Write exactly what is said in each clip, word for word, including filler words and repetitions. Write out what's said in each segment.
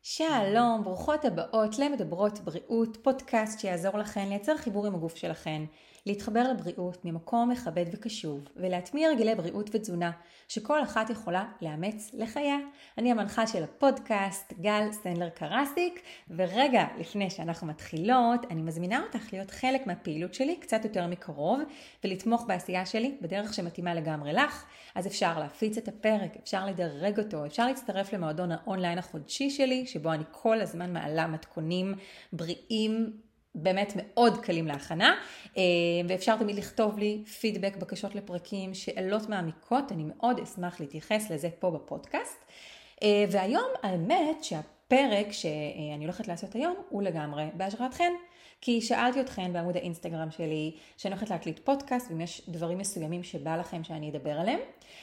שלום, ברוכות הבאות למדברות בריאות, פודקאסט שיעזור לכן לייצר חיבור עם הגוף שלכן, להתחבר לבריאות ממקום מכבד וקשוב, ולהטמיע הרגלי בריאות ותזונה שכל אחת יכולה לאמץ לחייה. אני המנחה של הפודקאסט, גל סטנדלר קרסיק, ורגע לפני שאנחנו מתחילות, אני מזמינה אותך להיות חלק מהפעילות שלי קצת יותר מקרוב, ולתמוך בעשייה שלי בדרך שמתאימה לגמרי לך. אז אפשר להפיץ את הפרק, אפשר לדרג אותו, אפשר להצטרף למועדון האונליין החודשי שלי, שבו אני כל הזמן מעלה מתכונים בריאים, באמת מאוד קלים להכנה, ואפשר תמיד לכתוב לי פידבק, בקשות לפרקים, שאלות מעמיקות, אני מאוד אשמח להתייחס לזה פה בפודקאסט. והיום האמת שהפרק שאני הולכת לעשות היום הוא לגמרי בהשראתכן, כי שאלתי אתכן בעמוד האינסטגרם שלי שאני הולכת להקליט פודקאסט, ואם יש דברים מסוימים שבא לכם שאני אדבר עליהם,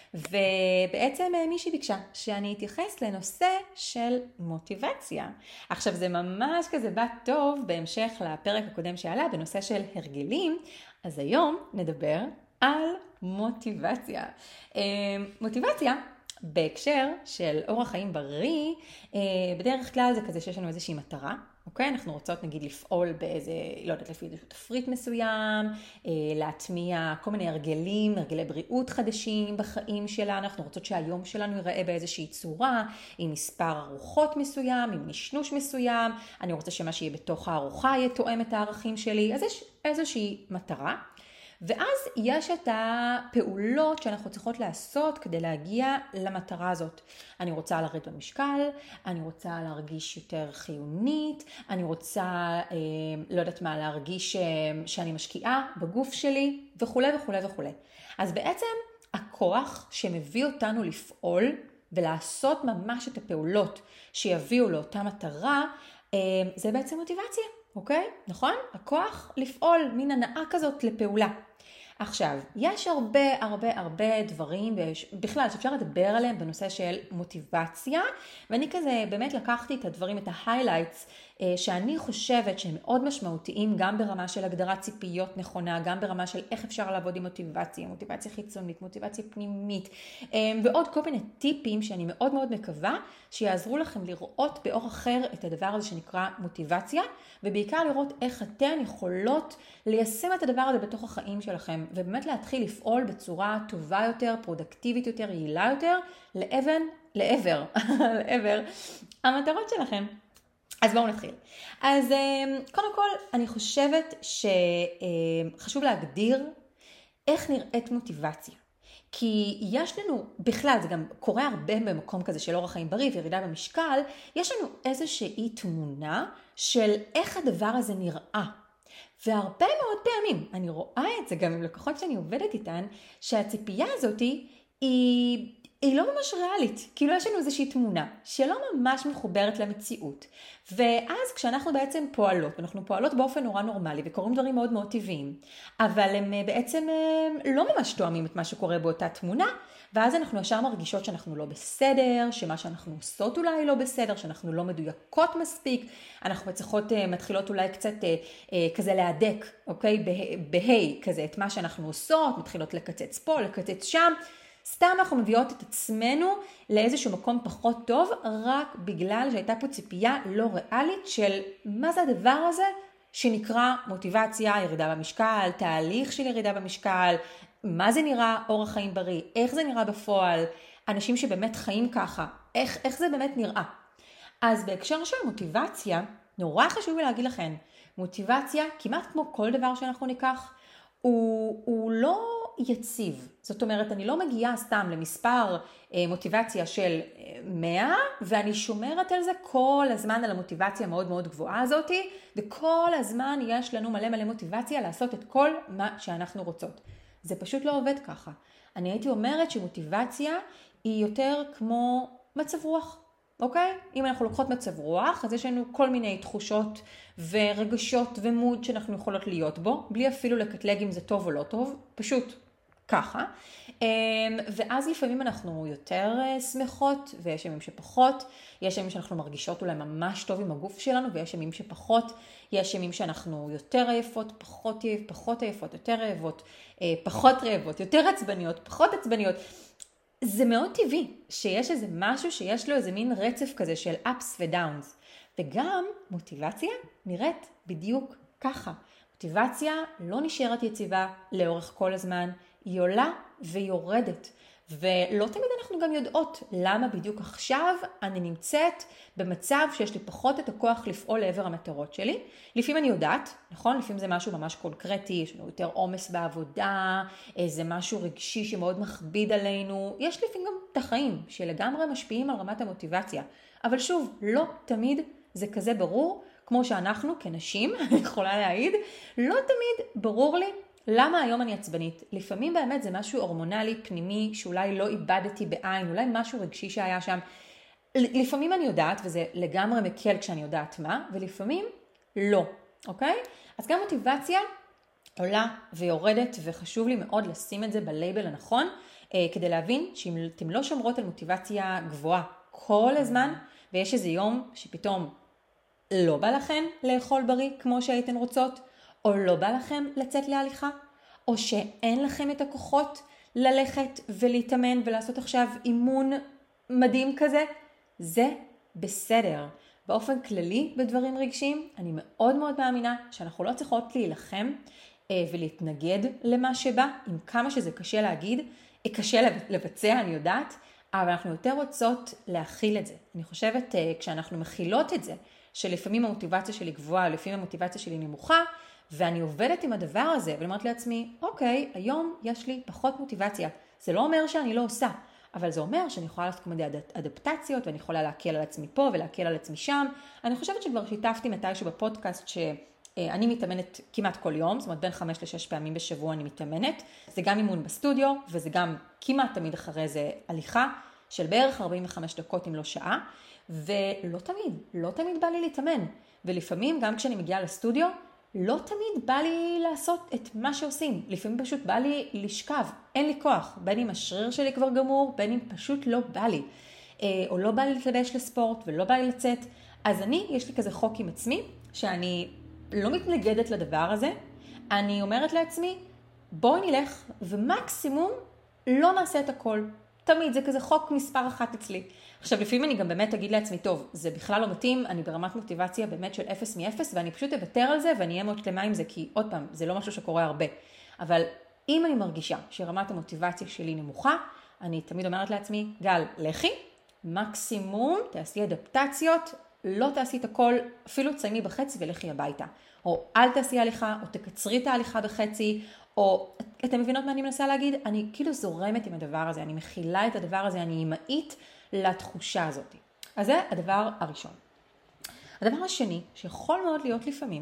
ובעצם מישהי ביקשה שאני אתייחס לנושא של מוטיבציה. עכשיו זה ממש כזה בא טוב בהמשך לפרק הקודם שעלה בנושא של הרגלים, אז היום נדבר על מוטיבציה. מוטיבציה בהקשר של אורח חיים בריא, בדרך כלל זה כזה שיש לנו איזושהי מטרה, אוקיי? אנחנו רוצות נגיד לפעול באיזה, לא יודעת, לפי איזשהו תפריט מסוים, להטמיע כל מיני הרגלים, הרגלי בריאות חדשים בחיים שלנו, אנחנו רוצות שהיום שלנו ייראה באיזושהי צורה, עם מספר ארוחות מסוים, עם נשנוש מסוים, אני רוצה שמה שיהיה בתוך הארוחה יהיה תואם את הערכים שלי, אז יש איזושהי מטרה. ואז יש את הפעולות שאנחנו צריכות לעשות כדי להגיע למטרה הזאת. אני רוצה לרדת במשקל, אני רוצה להרגיש יותר חיונית, אני רוצה, אה, לא יודעת מה, להרגיש אה, שאני משקיעה בגוף שלי וכו' וכו' וכו'. אז בעצם הכוח שמביא אותנו לפעול ולעשות ממש את הפעולות שיביאו לאותה מטרה, אה, זה בעצם מוטיבציה. אוקיי? נכון? הכוח לפעול, מין הנאה כזאת לפעולה. עכשיו, יש הרבה הרבה הרבה דברים בכלל שאפשר לדבר עליהם בנושא של מוטיבציה, ואני כזה באמת לקחתי את הדברים, את ההיילייטס, שאני חושבת שהם מאוד משמעותיים, גם ברמה של הגדרת ציפיות נכונה, גם ברמה של איך אפשר לעבוד עם מוטיבציה, מוטיבציה חיצונית, מוטיבציה פנימית, ועוד כל מיני טיפים שאני מאוד מאוד מקווה שיעזרו לכם לראות באור אחר את הדבר הזה שנקרא מוטיבציה, ובעיקר לראות איך אתן יכולות ליישם את הדבר הזה בתוך החיים שלכם, ובאמת להתחיל לפעול בצורה טובה יותר, פרודקטיבית יותר, יעילה יותר, לאבן, לעבר, לעבר המטרות שלכם. אז בואו נתחיל. אז קודם כל, אני חושבת שחשוב להגדיר איך נראית מוטיבציה. כי יש לנו, בכלל, זה גם קורה הרבה במקום כזה של אורח חיים בריא וירידה במשקל, יש לנו איזושהי תמונה של איך הדבר הזה נראה. והרבה מאוד פעמים, אני רואה את זה גם עם לקוחות שאני עובדת איתן, שהציפייה הזאת היא... היא לא ממש ריאלית, כאילו יש לנו איזושהי תמונה שלא ממש מחוברת למציאות. ואז כשאנחנו בעצם פועלות, אנחנו פועלות באופן נורא נורמלי וקוראים דברים מאוד מאוד טבעיים, אבל הם בעצם הם לא ממש תואמים את מה שקורה באותה תמונה, ואז אנחנו ישר מרגישות שאנחנו לא בסדר, שמה שאנחנו עושות אולי לא בסדר, שאנחנו לא מדויקות מספיק, אנחנו צריכות, מתחילות אולי קצת כזה להדק, אוקיי, בהי כזה את מה שאנחנו עושות, מתחילות לקצץ פה, לקצץ שם, סתם אנחנו מביאות את עצמנו לאיזשהו מקום פחות טוב, רק בגלל שהייתה פה ציפייה לא ריאלית של מה זה הדבר הזה שנקרא מוטיבציה, ירידה במשקל, תהליך של ירידה במשקל, מה זה נראה אורח חיים בריא, איך זה נראה בפועל, אנשים שבאמת חיים ככה, איך, איך זה באמת נראה. אז בהקשר של מוטיבציה, נורא חשוב לי להגיד לכם, מוטיבציה, כמעט כמו כל דבר שאנחנו ניקח, הוא, הוא לא יציב. זאת אומרת, אני לא מגיעה סתם למספר אה, מוטיבציה של אה, מאה, ואני שומרת על זה כל הזמן על המוטיבציה המאוד מאוד גבוהה הזאת, וכל הזמן יש לנו מלא מלא מוטיבציה לעשות את כל מה שאנחנו רוצות. זה פשוט לא עובד ככה. אני הייתי אומרת שמוטיבציה היא יותר כמו מצב רוח. אוקיי? אם אנחנו לוקחות מצב רוח, אז יש לנו כל מיני תחושות ורגשות ומוד שאנחנו יכולות להיות בו, בלי אפילו לקטלג אם זה טוב או לא טוב, פשוט ככה. ואז לפעמים אנחנו יותר שמחות, ויש ימים שפחות, יש ימים שאנחנו מרגישות אולי ממש טוב עם הגוף שלנו, ויש ימים שפחות, יש ימים שאנחנו יותר עייפות, פחות, פחות עייפות, יותר רעבות, פחות רעבות, יותר עצבניות, פחות עצבניות. זה מאוד טבעי שיש איזה משהו שיש לו איזה מין רצף כזה של ups ו-downs. וגם מוטיבציה נראית בדיוק ככה. מוטיבציה לא נשארת יציבה לאורך כל הזמן, היא עולה ויורדת. ולא תמיד אנחנו גם יודעות למה בדיוק עכשיו אני נמצאת במצב שיש לי פחות את הכוח לפעול לעבר המטרות שלי. לפעמים אני יודעת, נכון? לפעמים זה משהו ממש קונקרטי, יש לנו יותר עומס בעבודה, זה משהו רגשי שמאוד מכביד עלינו. יש לפעמים גם את החיים שלגמרי משפיעים על רמת המוטיבציה. אבל שוב, לא תמיד זה כזה ברור, כמו שאנחנו כנשים, אני יכולה להעיד, לא תמיד ברור לי למה היום אני עצבנית. לפעמים באמת זה משהו הורמונלי, פנימי, שאולי לא איבדתי בעין, אולי משהו רגשי שהיה שם. לפעמים אני יודעת, וזה לגמרי מקל כשאני יודעת מה, ולפעמים לא, אוקיי? אז גם מוטיבציה עולה ויורדת, וחשוב לי מאוד לשים את זה בלייבל הנכון, כדי להבין שאם אתם לא שומרות על מוטיבציה גבוהה כל הזמן, ויש איזה יום שפתאום לא בא לכם לאכול בריא כמו שהייתן רוצות, או לא בא לכם לצאת להליכה, או שאין לכם את הכוחות ללכת ולהתאמן ולעשות עכשיו אימון מדהים כזה, זה בסדר. באופן כללי בדברים רגשיים, אני מאוד מאוד מאמינה שאנחנו לא צריכות להילחם אה, ולהתנגד למה שבא, עם כמה שזה קשה להגיד, אה, קשה לבצע, אני יודעת, אבל אנחנו יותר רוצות להכיל את זה. אני חושבת אה, כשאנחנו מכילות את זה, שלפעמים המוטיבציה שלי גבוהה, לפעמים המוטיבציה שלי נמוכה, ואני עובדת עם הדבר הזה, ואומרת לעצמי, אוקיי, היום יש לי פחות מוטיבציה. זה לא אומר שאני לא עושה, אבל זה אומר שאני יכולה לעשות כל מיני אדפטציות, ואני יכולה להקל על עצמי פה ולהקל על עצמי שם. אני חושבת שכבר שיתפתי מתישהו בפודקאסט שאני מתאמנת כמעט כל יום, זאת אומרת בין חמש לשש פעמים בשבוע אני מתאמנת. זה גם אימון בסטודיו, וזה גם כמעט תמיד אחרי זה הליכה, של בערך ארבעים וחמש דקות אם לא שעה, ולא תמיד, לא תמיד בא לי להתאמן. ולפעמים גם כשאני מגיעה לסטודיו, לא תמיד בא לי לעשות את מה שעושים. לפעמים פשוט בא לי לשכב, אין לי כוח. בין אם השריר שלי כבר גמור, בין אם פשוט לא בא לי. או לא בא לי להתלבש לספורט ולא בא לי לצאת. אז אני, יש לי כזה חוק עם עצמי, שאני לא מתנגדת לדבר הזה. אני אומרת לעצמי, בואי נלך ומקסימום לא נעשה את הכל. תמיד, זה כזה חוק מספר אחת אצלי. עכשיו, לפעמים אני גם באמת אגיד לעצמי, טוב, זה בכלל לא מתאים, אני ברמת מוטיבציה באמת של אפס מאפס, ואני פשוט אוותר על זה, ואני אהיה מאוד שלמה עם זה, כי עוד פעם, זה לא משהו שקורה הרבה. אבל אם אני מרגישה שרמת המוטיבציה שלי נמוכה, אני תמיד אומרת לעצמי, גל, לכי, מקסימום, תעשי אדפטציות, לא תעשי את הכל, אפילו תסיימי בחצי ולכי הביתה. או אל תעשי הליכה, או תקצרי את ההליכה בחצי, או אתם מבינות מה אני מנסה להגיד? אני כאילו זורמת עם הדבר הזה, אני מכילה את הדבר הזה, אני אימהית לתחושה הזאת. אז זה הדבר הראשון. הדבר השני, שיכול מאוד להיות לפעמים,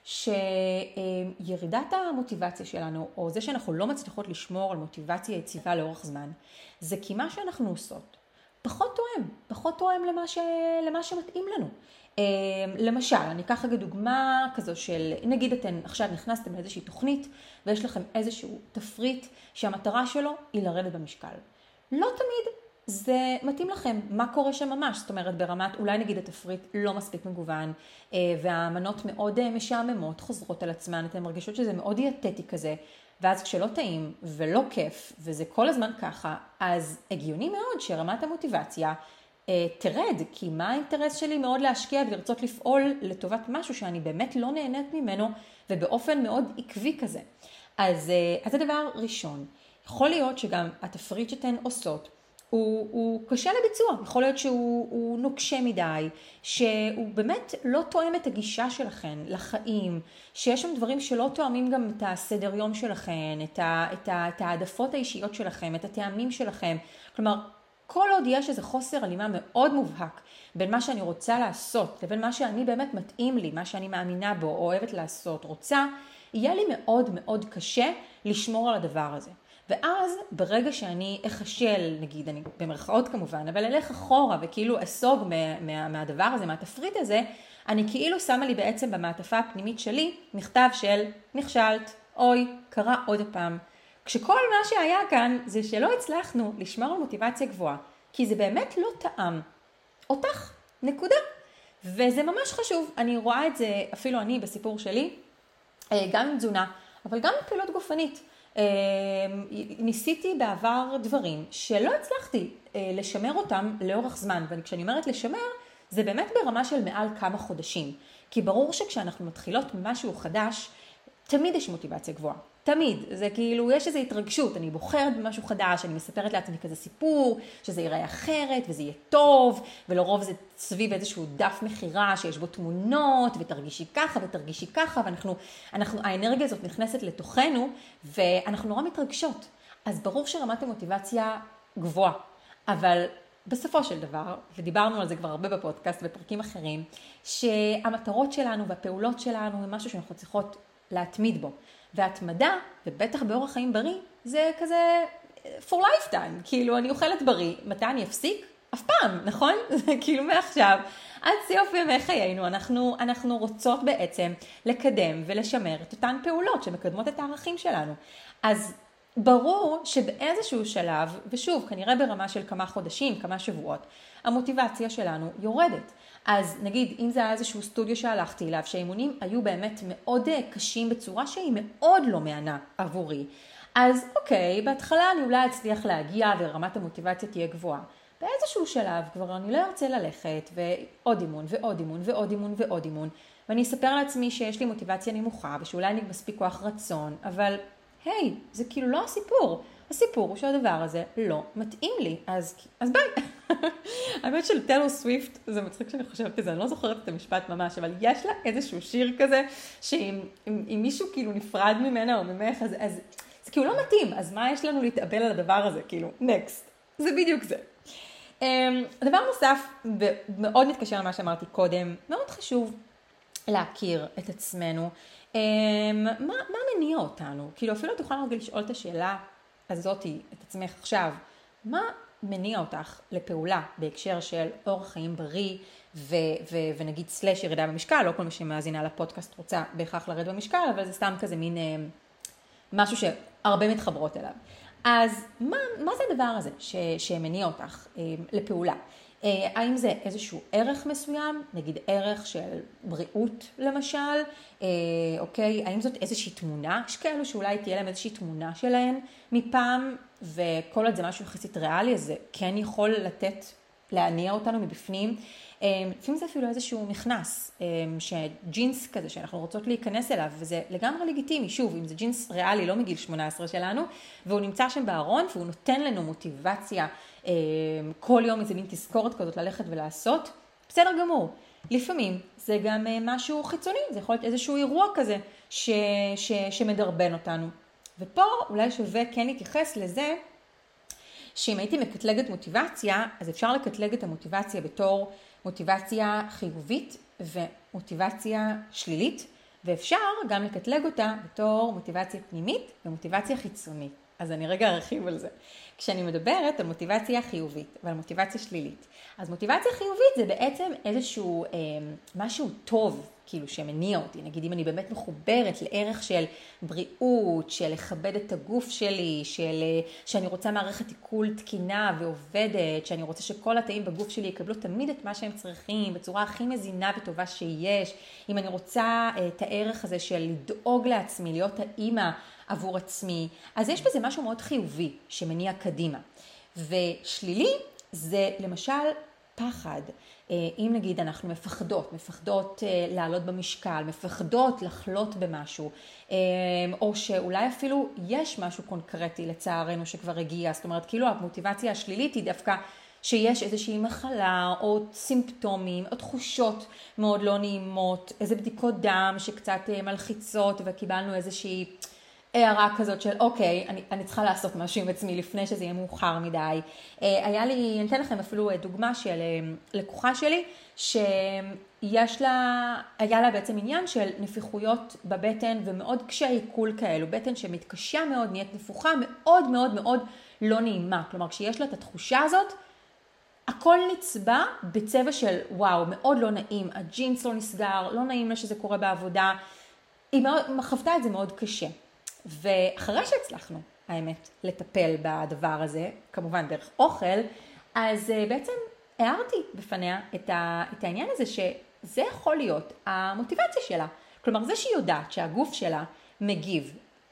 שירידת המוטיבציה שלנו, או זה שאנחנו לא מצליחות לשמור על מוטיבציה יציבה לאורך זמן, זה כי מה שאנחנו עושות פחות תואם, פחות תואם למה, ש... למה שמתאים לנו. למשל, אני אקח רגע דוגמה כזו של, נגיד אתן עכשיו נכנסתם לאיזושהי תוכנית, ויש לכם איזשהו תפריט שהמטרה שלו היא לרדת במשקל. לא תמיד זה מתאים לכם, מה קורה שם ממש, זאת אומרת ברמת, אולי נגיד התפריט לא מספיק מגוון, והמנות מאוד משעממות, חוזרות על עצמן, אתן מרגישות שזה מאוד דיאטטי כזה, ואז כשלא טעים ולא כיף, וזה כל הזמן ככה, אז הגיוני מאוד שרמת המוטיבציה תרד, כי מה האינטרס שלי מאוד להשקיע ולרצות לפעול לטובת משהו שאני באמת לא נהנית ממנו, ובאופן מאוד עקבי כזה. אז, אז זה דבר ראשון. יכול להיות שגם התפריט שאתן עושות, הוא, הוא קשה לביצוע, יכול להיות שהוא נוקשה מדי, שהוא באמת לא תואם את הגישה שלכם לחיים, שיש שם דברים שלא תואמים גם את הסדר יום שלכם, את, ה, את, ה, את העדפות האישיות שלכם, את הטעמים שלכם. כלומר, כל עוד יש איזה חוסר הלימה מאוד מובהק בין מה שאני רוצה לעשות לבין מה שאני באמת מתאים לי, מה שאני מאמינה בו, אוהבת לעשות, רוצה, יהיה לי מאוד מאוד קשה לשמור על הדבר הזה. ואז ברגע שאני אחשל, נגיד, אני במרכאות כמובן, אבל אלך אחורה וכאילו אסוג מה, מה, מהדבר הזה, מהתפריט הזה, אני כאילו שמה לי בעצם במעטפה הפנימית שלי מכתב של נכשלת, אוי, קרה עוד פעם. כשכל מה שהיה כאן זה שלא הצלחנו לשמור על מוטיבציה גבוהה, כי זה באמת לא טעם. אותך, נקודה. וזה ממש חשוב. אני רואה את זה, אפילו אני בסיפור שלי, גם עם תזונה, אבל גם עם פעילות גופנית. ניסיתי בעבר דברים שלא הצלחתי לשמר אותם לאורך זמן, וכשאני אומרת לשמר, זה באמת ברמה של מעל כמה חודשים. כי ברור שכשאנחנו מתחילות משהו חדש, תמיד יש מוטיבציה גבוהה. תמיד. זה כאילו, יש איזו התרגשות. אני בוחרת במשהו חדש, אני מספרת לעצמי כזה סיפור, שזה ייראה אחרת, וזה יהיה טוב, ולרוב זה סביב איזשהו דף מחירה, שיש בו תמונות, ותרגישי ככה, ותרגישי ככה, ואנחנו, אנחנו, האנרגיה הזאת נכנסת לתוכנו, ואנחנו נורא מתרגשות. אז ברור שרמת המוטיבציה גבוהה. אבל בסופו של דבר, ודיברנו על זה כבר הרבה בפודקאסט בפרקים אחרים, שהמטרות שלנו והפעולות שלנו הם משהו שאנחנו צריכות להתמיד בו. והתמדה, ובטח באורח חיים בריא, זה כזה for lifetime. כאילו, אני אוכלת בריא, מתי אני אפסיק? אף פעם, נכון? זה כאילו מעכשיו. עד סוף ימי חיינו, אנחנו, אנחנו רוצות בעצם לקדם ולשמר את אותן פעולות שמקדמות את הערכים שלנו. אז ברור שבאיזשהו שלב, ושוב, כנראה ברמה של כמה חודשים, כמה שבועות, המוטיבציה שלנו יורדת. אז נגיד, אם זה היה איזשהו סטודיו שהלכתי אליו, שהאימונים היו באמת מאוד קשים בצורה שהיא מאוד לא מענה עבורי, אז אוקיי, בהתחלה אני אולי אצליח להגיע ורמת המוטיבציה תהיה גבוהה. באיזשהו שלב כבר אני לא ארצה ללכת ועוד אימון ועוד אימון ועוד אימון ועוד אימון, ואני אספר לעצמי שיש לי מוטיבציה נמוכה ושאולי אני מספיק כוח רצון, אבל היי, זה כאילו לא הסיפור. הסיפור הוא שהדבר הזה לא מתאים לי, אז, אז ביי. האמת של טיילור סוויפט, זה מצחיק שאני חושבת כזה, אני לא זוכרת את המשפט ממש, אבל יש לה איזשהו שיר כזה, שאם אם, אם מישהו כאילו נפרד ממנה או ממך, אז, אז זה כאילו לא מתאים, אז מה יש לנו להתאבל על הדבר הזה? כאילו, נקסט. זה בדיוק זה. Um, הדבר נוסף, מאוד מתקשר למה שאמרתי קודם, מאוד חשוב להכיר את עצמנו. Um, מה, מה מניע אותנו? כאילו אפילו תוכל רגע לשאול את השאלה הזאת, את עצמך עכשיו, מה מניע אותך לפעולה בהקשר של אורח חיים בריא ו- ו- ונגיד סלש ירידה במשקל, לא כל מי שמאזינה לפודקאסט רוצה בהכרח לרד במשקל, אבל זה סתם כזה מין um, משהו שהרבה מתחברות אליו. אז מה, מה זה הדבר הזה ש, שמניע אותך אה, לפעולה? אה, האם זה איזשהו ערך מסוים, נגיד ערך של בריאות למשל, אה, אוקיי? האם זאת איזושהי תמונה? יש כאלו שאולי תהיה להם איזושהי תמונה שלהן מפעם, וכל עוד זה משהו יחסית ריאלי, אז זה כן יכול לתת, להניע אותנו מבפנים. לפעמים זה אפילו איזשהו מכנס, שג'ינס כזה שאנחנו רוצות להיכנס אליו, וזה לגמרי לגיטימי, שוב, אם זה ג'ינס ריאלי, לא מגיל שמונה עשרה שלנו, והוא נמצא שם בארון, והוא נותן לנו מוטיבציה, כל יום איזה מין תזכורת כזאת ללכת ולעשות, בסדר גמור. לפעמים זה גם משהו חיצוני, זה יכול להיות איזשהו אירוע כזה, ש, ש, שמדרבן אותנו. ופה אולי שווה כן להתייחס לזה, שאם הייתי מקטלגת מוטיבציה, אז אפשר לקטלג את המוטיבציה בתור מוטיבציה חיובית ומוטיבציה שלילית, ואפשר גם לקטלג אותה בתור מוטיבציה פנימית ומוטיבציה חיצונית. אז אני רגע ארחיב על זה. כשאני מדברת על מוטיבציה חיובית ועל מוטיבציה שלילית, אז מוטיבציה חיובית זה בעצם איזשהו אה, משהו טוב, כאילו שמניע אותי. נגיד אם אני באמת מחוברת לערך של בריאות, של לכבד את הגוף שלי, של, שאני רוצה מערכת עיכול תקינה ועובדת, שאני רוצה שכל התאים בגוף שלי יקבלו תמיד את מה שהם צריכים, בצורה הכי מזינה וטובה שיש. אם אני רוצה את הערך הזה של לדאוג לעצמי, להיות האימא עבור עצמי, אז יש בזה משהו מאוד חיובי שמניע קדימה. ושלילי זה למשל פחד. אם נגיד אנחנו מפחדות, מפחדות לעלות במשקל, מפחדות לחלות במשהו, או שאולי אפילו יש משהו קונקרטי לצערנו שכבר הגיע, זאת אומרת כאילו המוטיבציה השלילית היא דווקא שיש איזושהי מחלה או סימפטומים או תחושות מאוד לא נעימות, איזה בדיקות דם שקצת מלחיצות וקיבלנו איזושהי הערה כזאת של אוקיי, אני, אני צריכה לעשות משהו עם עצמי לפני שזה יהיה מאוחר מדי. היה לי, אני אתן לכם אפילו דוגמה של לקוחה שלי, שיש לה, היה לה בעצם עניין של נפיחויות בבטן ומאוד קשי עיכול כאלו, בטן שמתקשה מאוד, נהיית נפוחה מאוד מאוד מאוד לא נעימה. כלומר, כשיש לה את התחושה הזאת, הכל נצבע בצבע של וואו, מאוד לא נעים, הג'ינס לא נסגר, לא נעים לה שזה קורה בעבודה, היא מאוד, חוותה את זה מאוד קשה. ואחרי שהצלחנו, האמת, לטפל בדבר הזה, כמובן דרך אוכל, אז בעצם הערתי בפניה את, ה, את העניין הזה שזה יכול להיות המוטיבציה שלה. כלומר, זה שהיא יודעת שהגוף שלה מגיב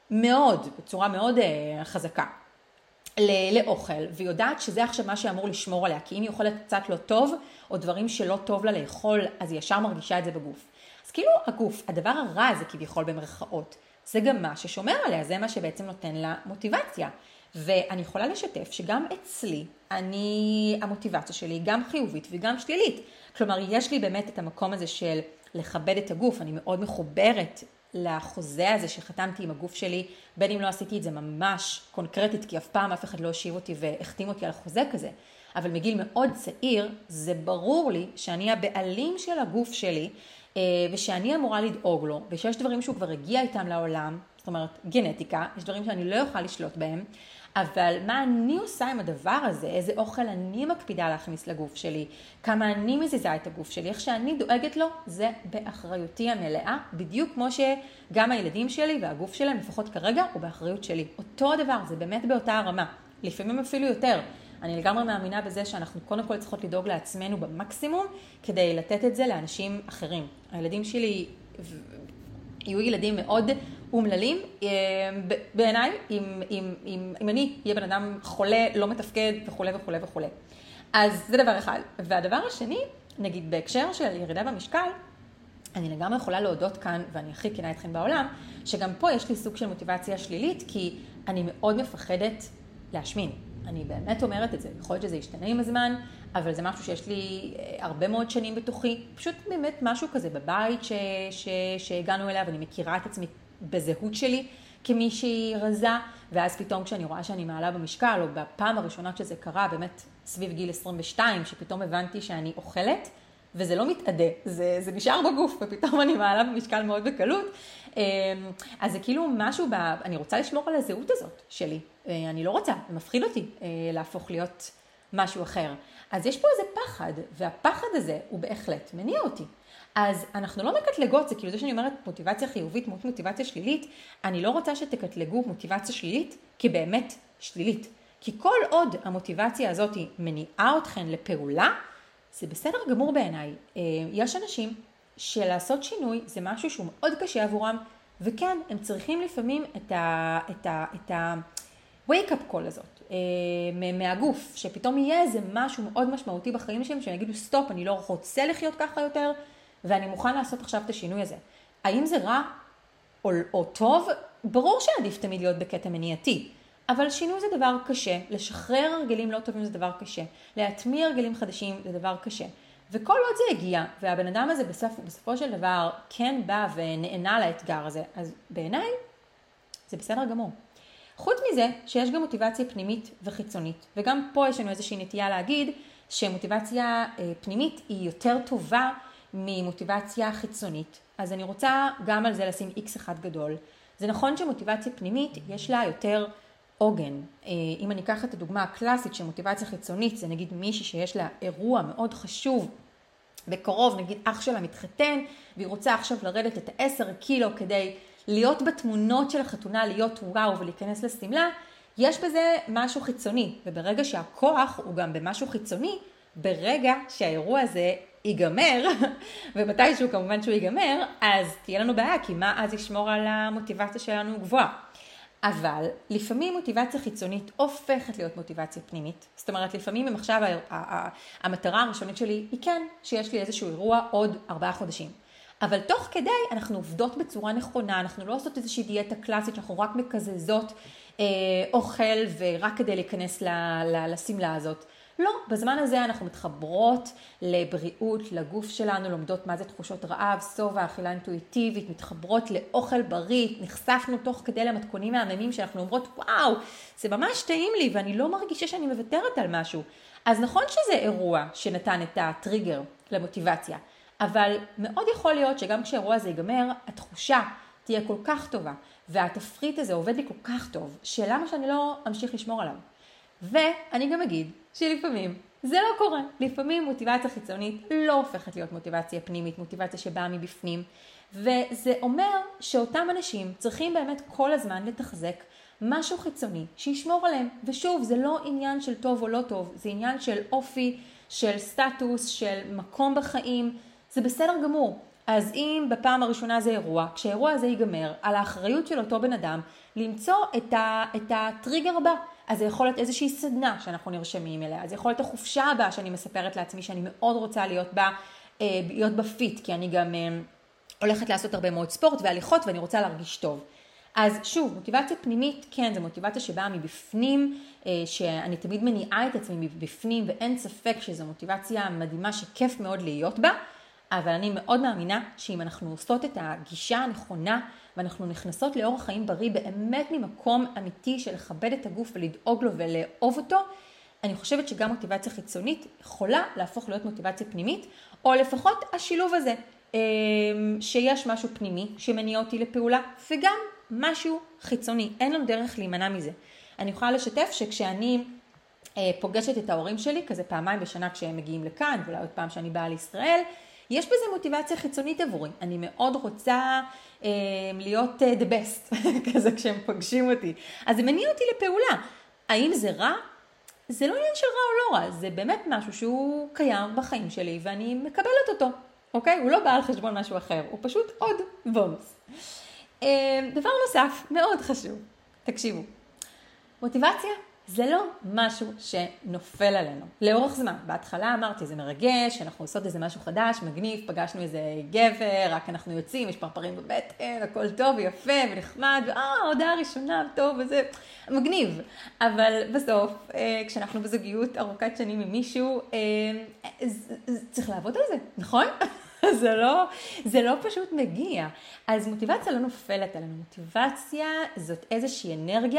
מאוד, בצורה מאוד אה, חזקה. לאוכל, ויודעת שזה עכשיו מה שאמור לשמור עליה, כי אם היא אוכלת קצת לא טוב, או דברים שלא טוב לה לאכול, אז היא ישר מרגישה את זה בגוף. אז כאילו הגוף, הדבר הרע הזה כביכול במרכאות, זה גם מה ששומר עליה, זה מה שבעצם נותן לה מוטיבציה. ואני יכולה לשתף שגם אצלי, אני, המוטיבציה שלי גם חיובית וגם שלילית. כלומר, יש לי באמת את המקום הזה של לכבד את הגוף, אני מאוד מחוברת לחוזה הזה שחתמתי עם הגוף שלי, בין אם לא עשיתי את זה ממש קונקרטית, כי אף פעם אף אחד לא השיב אותי והחתים אותי על חוזה כזה. אבל מגיל מאוד צעיר, זה ברור לי שאני הבעלים של הגוף שלי, ושאני אמורה לדאוג לו, ושיש דברים שהוא כבר הגיע איתם לעולם, זאת אומרת גנטיקה, יש דברים שאני לא אוכל לשלוט בהם, אבל מה אני עושה עם הדבר הזה, איזה אוכל אני מקפידה להכניס לגוף שלי, כמה אני מזיזה את הגוף שלי, איך שאני דואגת לו, זה באחריותי המלאה, בדיוק כמו שגם הילדים שלי והגוף שלהם, לפחות כרגע, הוא באחריות שלי. אותו הדבר, זה באמת באותה הרמה, לפעמים אפילו יותר. אני לגמרי מאמינה בזה שאנחנו קודם כל צריכות לדאוג לעצמנו במקסימום, כדי לתת את זה לאנשים אחרים. הילדים שלי יהיו ילדים מאוד אומללים, בעיניי, אם, אם, אם, אם אני אהיה בן אדם חולה, לא מתפקד וכו' וכו' וכו'. אז זה דבר אחד. והדבר השני, נגיד בהקשר של ירידה במשקל, אני לגמרי יכולה להודות כאן, ואני הכי כנה אתכם בעולם, שגם פה יש לי סוג של מוטיבציה שלילית, כי אני מאוד מפחדת להשמין. אני באמת אומרת את זה, יכול להיות שזה ישתנה עם הזמן, אבל זה משהו שיש לי הרבה מאוד שנים בתוכי, פשוט באמת משהו כזה בבית ש, ש, שהגענו אליו, אני מכירה את עצמי בזהות שלי כמישהי רזה, ואז פתאום כשאני רואה שאני מעלה במשקל, או בפעם הראשונה שזה קרה, באמת סביב גיל עשרים ושתיים, שפתאום הבנתי שאני אוכלת, וזה לא מתעדה, זה, זה נשאר בגוף, ופתאום אני מעלה במשקל מאוד בקלות. אז זה כאילו משהו, ב... אני רוצה לשמור על הזהות הזאת שלי. אני לא רוצה, זה מפחיד אותי להפוך להיות משהו אחר. אז יש פה איזה פחד, והפחד הזה הוא בהחלט מניע אותי. אז אנחנו לא מקטלגות, זה כאילו זה שאני אומרת מוטיבציה חיובית, מוטיבציה שלילית, אני לא רוצה שתקטלגו מוטיבציה שלילית כבאמת שלילית. כי כל עוד המוטיבציה הזאת מניעה אתכן לפעולה, זה בסדר גמור בעיניי. יש אנשים שלעשות שינוי זה משהו שהוא מאוד קשה עבורם, וכן, הם צריכים לפעמים את ה, את ה, את ה wake up call הזאת, מהגוף, שפתאום יהיה איזה משהו מאוד משמעותי בחיים שלהם, שאני אגידו סטופ, אני לא רוצה לחיות ככה יותר, ואני מוכן לעשות עכשיו את השינוי הזה. האם זה רע או, או טוב? ברור שעדיף תמיד להיות בקטע מניעתי, אבל שינוי זה דבר קשה, לשחרר הרגלים לא טובים זה דבר קשה, להטמיע הרגלים חדשים זה דבר קשה. וכל עוד זה הגיע, והבן אדם הזה בסופ, בסופו של דבר כן בא ונענה לאתגר הזה, אז בעיניי זה בסדר גמור. חוץ מזה שיש גם מוטיבציה פנימית וחיצונית, וגם פה יש לנו איזושהי נטייה להגיד שמוטיבציה פנימית היא יותר טובה ממוטיבציה חיצונית. אז אני רוצה גם על זה לשים איקס אחד גדול. זה נכון שמוטיבציה פנימית יש לה יותר עוגן. אם אני אקח את הדוגמה הקלאסית של מוטיבציה חיצונית, זה נגיד מישהי שיש לה אירוע מאוד חשוב בקרוב, נגיד אח שלה מתחתן, והיא רוצה עכשיו לרדת את העשר קילו כדי להיות בתמונות של החתונה, להיות וואו ולהיכנס לסמלה, יש בזה משהו חיצוני, וברגע שהכוח הוא גם במשהו חיצוני, ברגע שהאירוע הזה ייגמר, ומתישהו כמובן שהוא ייגמר, אז תהיה לנו בעיה, כי מה אז ישמור על המוטיבציה שלנו גבוהה. אבל לפעמים מוטיבציה חיצונית הופכת להיות מוטיבציה פנימית. זאת אומרת, לפעמים אם עכשיו המטרה הראשונית שלי היא כן, שיש לי איזשהו אירוע עוד ארבעה חודשים. אבל תוך כדי אנחנו עובדות בצורה נכונה, אנחנו לא עושות איזושהי דיאטה קלאסית, שאנחנו רק מקזזות אה, אוכל ורק כדי להיכנס לסמלה הזאת. לא, בזמן הזה אנחנו מתחברות לבריאות, לגוף שלנו, לומדות מה זה תחושות רעב, סובה, אכילה אינטואיטיבית, מתחברות לאוכל בריא, נחשפנו תוך כדי למתכונים מהממים שאנחנו אומרות, וואו, זה ממש טעים לי ואני לא מרגישה שאני מוותרת על משהו. אז נכון שזה אירוע שנתן את הטריגר למוטיבציה, אבל מאוד יכול להיות שגם כשהאירוע הזה ייגמר, התחושה תהיה כל כך טובה, והתפריט הזה עובד לי כל כך טוב, שלמה שאני לא אמשיך לשמור עליו. ואני גם אגיד שלפעמים זה לא קורה. לפעמים מוטיבציה חיצונית לא הופכת להיות מוטיבציה פנימית, מוטיבציה שבאה מבפנים. וזה אומר שאותם אנשים צריכים באמת כל הזמן לתחזק משהו חיצוני שישמור עליהם. ושוב, זה לא עניין של טוב או לא טוב, זה עניין של אופי, של סטטוס, של מקום בחיים. זה בסדר גמור. אז אם בפעם הראשונה זה אירוע, כשהאירוע הזה ייגמר, על האחריות של אותו בן אדם, למצוא את, ה, את הטריגר הבא. אז זה יכול להיות איזושהי סדנה שאנחנו נרשמים אליה, זה יכול להיות החופשה הבאה שאני מספרת לעצמי שאני מאוד רוצה להיות בה, להיות בפיט, כי אני גם הולכת לעשות הרבה מאוד ספורט והליכות ואני רוצה להרגיש טוב. אז שוב, מוטיבציה פנימית, כן, זו מוטיבציה שבאה מבפנים, שאני תמיד מניעה את עצמי מבפנים, ואין ספק שזו מוטיבציה מדהימה שכיף מאוד להיות בה, אבל אני מאוד מאמינה שאם אנחנו עושות את הגישה הנכונה, ואנחנו נכנסות לאורח חיים בריא באמת ממקום אמיתי של לכבד את הגוף ולדאוג לו ולאהוב אותו, אני חושבת שגם מוטיבציה חיצונית יכולה להפוך להיות מוטיבציה פנימית, או לפחות השילוב הזה, שיש משהו פנימי שמניע אותי לפעולה, וגם משהו חיצוני. אין לנו דרך להימנע מזה. אני יכולה לשתף שכשאני פוגשת את ההורים שלי, כזה פעמיים בשנה כשהם מגיעים לכאן, ואולי עוד פעם שאני באה לישראל, יש בזה מוטיבציה חיצונית עבורי. אני מאוד רוצה אה, להיות uh, the best, כזה כשהם פוגשים אותי. אז זה מניע אותי לפעולה. האם זה רע? זה לא עניין של רע או לא רע, זה באמת משהו שהוא קיים בחיים שלי, ואני מקבלת אותו, אוקיי? הוא לא בא על חשבון משהו אחר, הוא פשוט עוד בונוס. אה, דבר נוסף, מאוד חשוב, תקשיבו. מוטיבציה זה לא משהו שנופל עלינו. לאורך זמן, בהתחלה אמרתי, זה מרגש, אנחנו עושות איזה משהו חדש, מגניב, פגשנו איזה גבר, רק אנחנו יוצאים, יש פרפרים בבטן, הכל טוב ויפה ונחמד, ואה, הודעה ראשונה, טוב וזה, מגניב. אבל בסוף, כשאנחנו בזוגיות ארוכת שנים עם מישהו, צריך לעבוד על זה, נכון? זה לא, זה לא פשוט מגיע. אז מוטיבציה לא נופלת עלינו. מוטיבציה זאת איזושהי אנרגיה,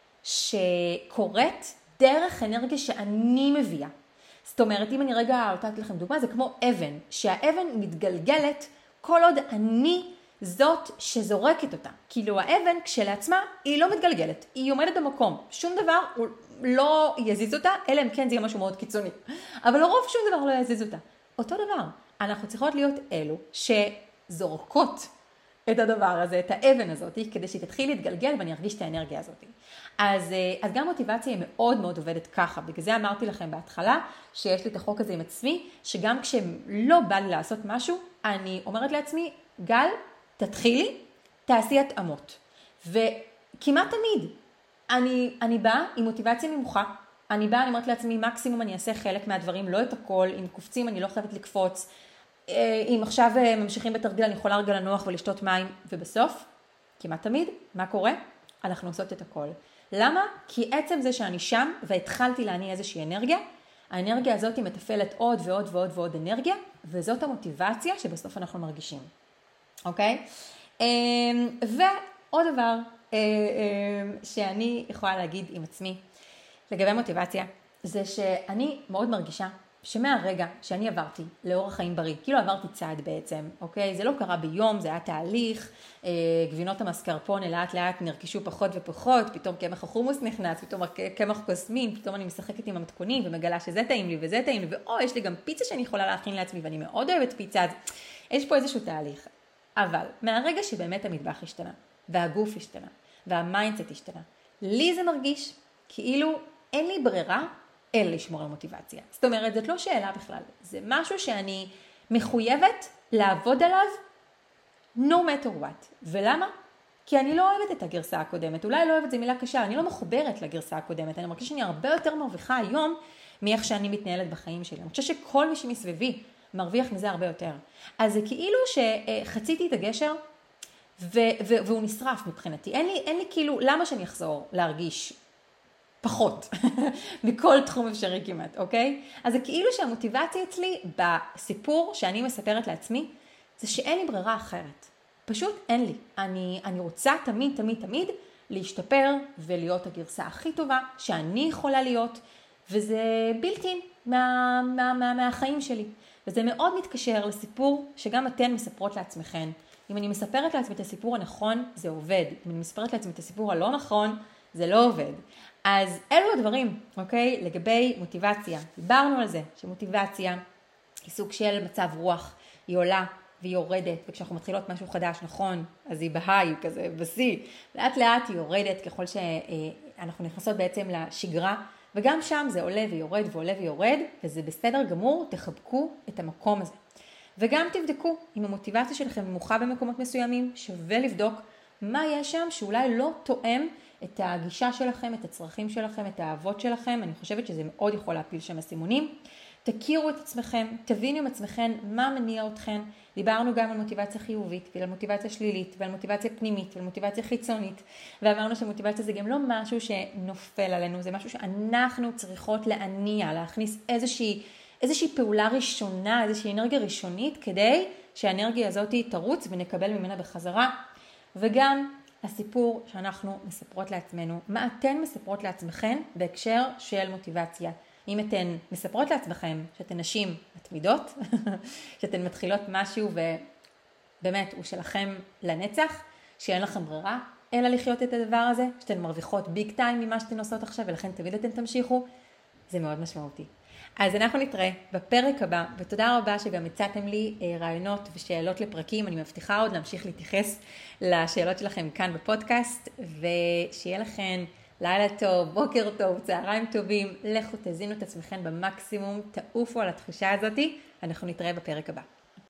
שקורית דרך אנרגיה שאני מביאה. זאת אומרת, אם אני רגע נותנת לכם דוגמה, זה כמו אבן, שהאבן מתגלגלת כל עוד אני זאת שזורקת אותה. כאילו האבן כשלעצמה היא לא מתגלגלת, היא עומדת במקום. שום דבר הוא לא יזיז אותה, אלא אם כן זה יהיה משהו מאוד קיצוני. אבל לרוב שום דבר לא יזיז אותה. אותו דבר, אנחנו צריכות להיות אלו שזורקות את הדבר הזה, את האבן הזאת, כדי שהיא תתחיל להתגלגל ואני ארגיש את האנרגיה הזאת. אז, אז גם מוטיבציה היא מאוד מאוד עובדת ככה. בגלל זה אמרתי לכם בהתחלה שיש לי את החוק הזה עם עצמי, שגם כשלא בא לי לעשות משהו, אני אומרת לעצמי, גל, תתחילי, תעשי התאמות. וכמעט תמיד אני, אני באה עם מוטיבציה ממוחה. אני באה, אני אומרת לעצמי, מקסימום אני אעשה חלק מהדברים, לא את הכל, אם קופצים אני לא חייבת לקפוץ. אם עכשיו ממשיכים בתרגיל, אני יכולה רגע לנוח ולשתות מים, ובסוף, כמעט תמיד, מה קורה? אנחנו עושות את הכל. למה? כי עצם זה שאני שם, והתחלתי להניע איזושהי אנרגיה, האנרגיה הזאת מתפעלת עוד ועוד ועוד ועוד אנרגיה, וזאת המוטיבציה שבסוף אנחנו מרגישים. אוקיי? ועוד דבר שאני יכולה להגיד עם עצמי, לגבי מוטיבציה, זה שאני מאוד מרגישה, שמהרגע שאני עברתי לאורח חיים בריא, כאילו עברתי צעד בעצם, אוקיי? זה לא קרה ביום, זה היה תהליך, אה, גבינות המסקרפונה לאט לאט נרכשו פחות ופחות, פתאום קמח החומוס נכנס, פתאום קמח קוסמין, פתאום אני משחקת עם המתכונים ומגלה שזה טעים לי וזה טעים לי, ואו, יש לי גם פיצה שאני יכולה להכין לעצמי ואני מאוד אוהבת פיצה, אז יש פה איזשהו תהליך. אבל מהרגע שבאמת המטבח השתנה, והגוף השתנה, והמיינדסט השתנה, לי זה מרגיש כאילו אין לי ברירה, אלא לשמור על מוטיבציה. זאת אומרת, זאת לא שאלה בכלל. זה משהו שאני מחויבת לעבוד עליו no matter what. ולמה? כי אני לא אוהבת את הגרסה הקודמת. אולי לא אוהבת, זו מילה קשה, אני לא מחוברת לגרסה הקודמת. אני מרגישה שאני הרבה יותר מרוויחה היום מאיך שאני מתנהלת בחיים שלי. אני חושבת שכל מי שמסביבי מרוויח מזה הרבה יותר. אז זה כאילו שחציתי את הגשר ו- ו- והוא נשרף מבחינתי. אין לי, אין לי כאילו, למה שאני אחזור להרגיש פחות, מכל תחום אפשרי כמעט, אוקיי? אז זה כאילו שהמוטיבציה אצלי בסיפור שאני מספרת לעצמי, זה שאין לי ברירה אחרת. פשוט אין לי. אני, אני רוצה תמיד, תמיד, תמיד להשתפר ולהיות הגרסה הכי טובה שאני יכולה להיות, וזה בלתי מה, מה, מה, מהחיים שלי. וזה מאוד מתקשר לסיפור שגם אתן מספרות לעצמכן. אם אני מספרת לעצמי את הסיפור הנכון, זה עובד. אם אני מספרת לעצמי את הסיפור הלא נכון, זה לא עובד. אז אלו הדברים, אוקיי? לגבי מוטיבציה. דיברנו על זה, שמוטיבציה היא סוג של מצב רוח, היא עולה והיא יורדת, וכשאנחנו מתחילות משהו חדש, נכון, אז היא בהיי, כזה, בשיא. לאט לאט היא יורדת ככל שאנחנו נכנסות בעצם לשגרה, וגם שם זה עולה ויורד ועולה ויורד, וזה בסדר גמור, תחבקו את המקום הזה. וגם תבדקו אם המוטיבציה שלכם נמוכה במקומות מסוימים, שווה לבדוק מה יש שם שאולי לא תואם את הגישה שלכם, את הצרכים שלכם, את האהבות שלכם. אני חושבת שזה מאוד יכול להפיל שם הסימונים. תכירו את עצמכם, תבינו עם עצמכם מה מניע אתכם. דיברנו גם על מוטיבציה חיובית ועל מוטיבציה שלילית ועל מוטיבציה פנימית ועל מוטיבציה חיצונית. ואמרנו שמוטיבציה זה גם לא משהו שנופל עלינו, זה משהו שאנחנו צריכות להניע, להכניס איזושהי, איזושהי פעולה ראשונה, איזושהי אנרגיה ראשונית, כדי שהאנרגיה הזאת תרוץ ונקבל ממנה בחזרה. וגם הסיפור שאנחנו מספרות לעצמנו, מה אתן מספרות לעצמכן בהקשר של מוטיבציה. אם אתן מספרות לעצמכם שאתן נשים מתמידות, שאתן מתחילות משהו ובאמת הוא שלכם לנצח, שאין לכם ברירה אלא לחיות את הדבר הזה, שאתן מרוויחות ביג טיים ממה שאתן עושות עכשיו ולכן תמיד אתן תמשיכו, זה מאוד משמעותי. אז אנחנו נתראה בפרק הבא, ותודה רבה שגם הצעתם לי רעיונות ושאלות לפרקים. אני מבטיחה עוד להמשיך להתייחס לשאלות שלכם כאן בפודקאסט, ושיהיה לכם לילה טוב, בוקר טוב, צהריים טובים, לכו תזינו את עצמכם במקסימום, תעופו על התחושה הזאת, אנחנו נתראה בפרק הבא.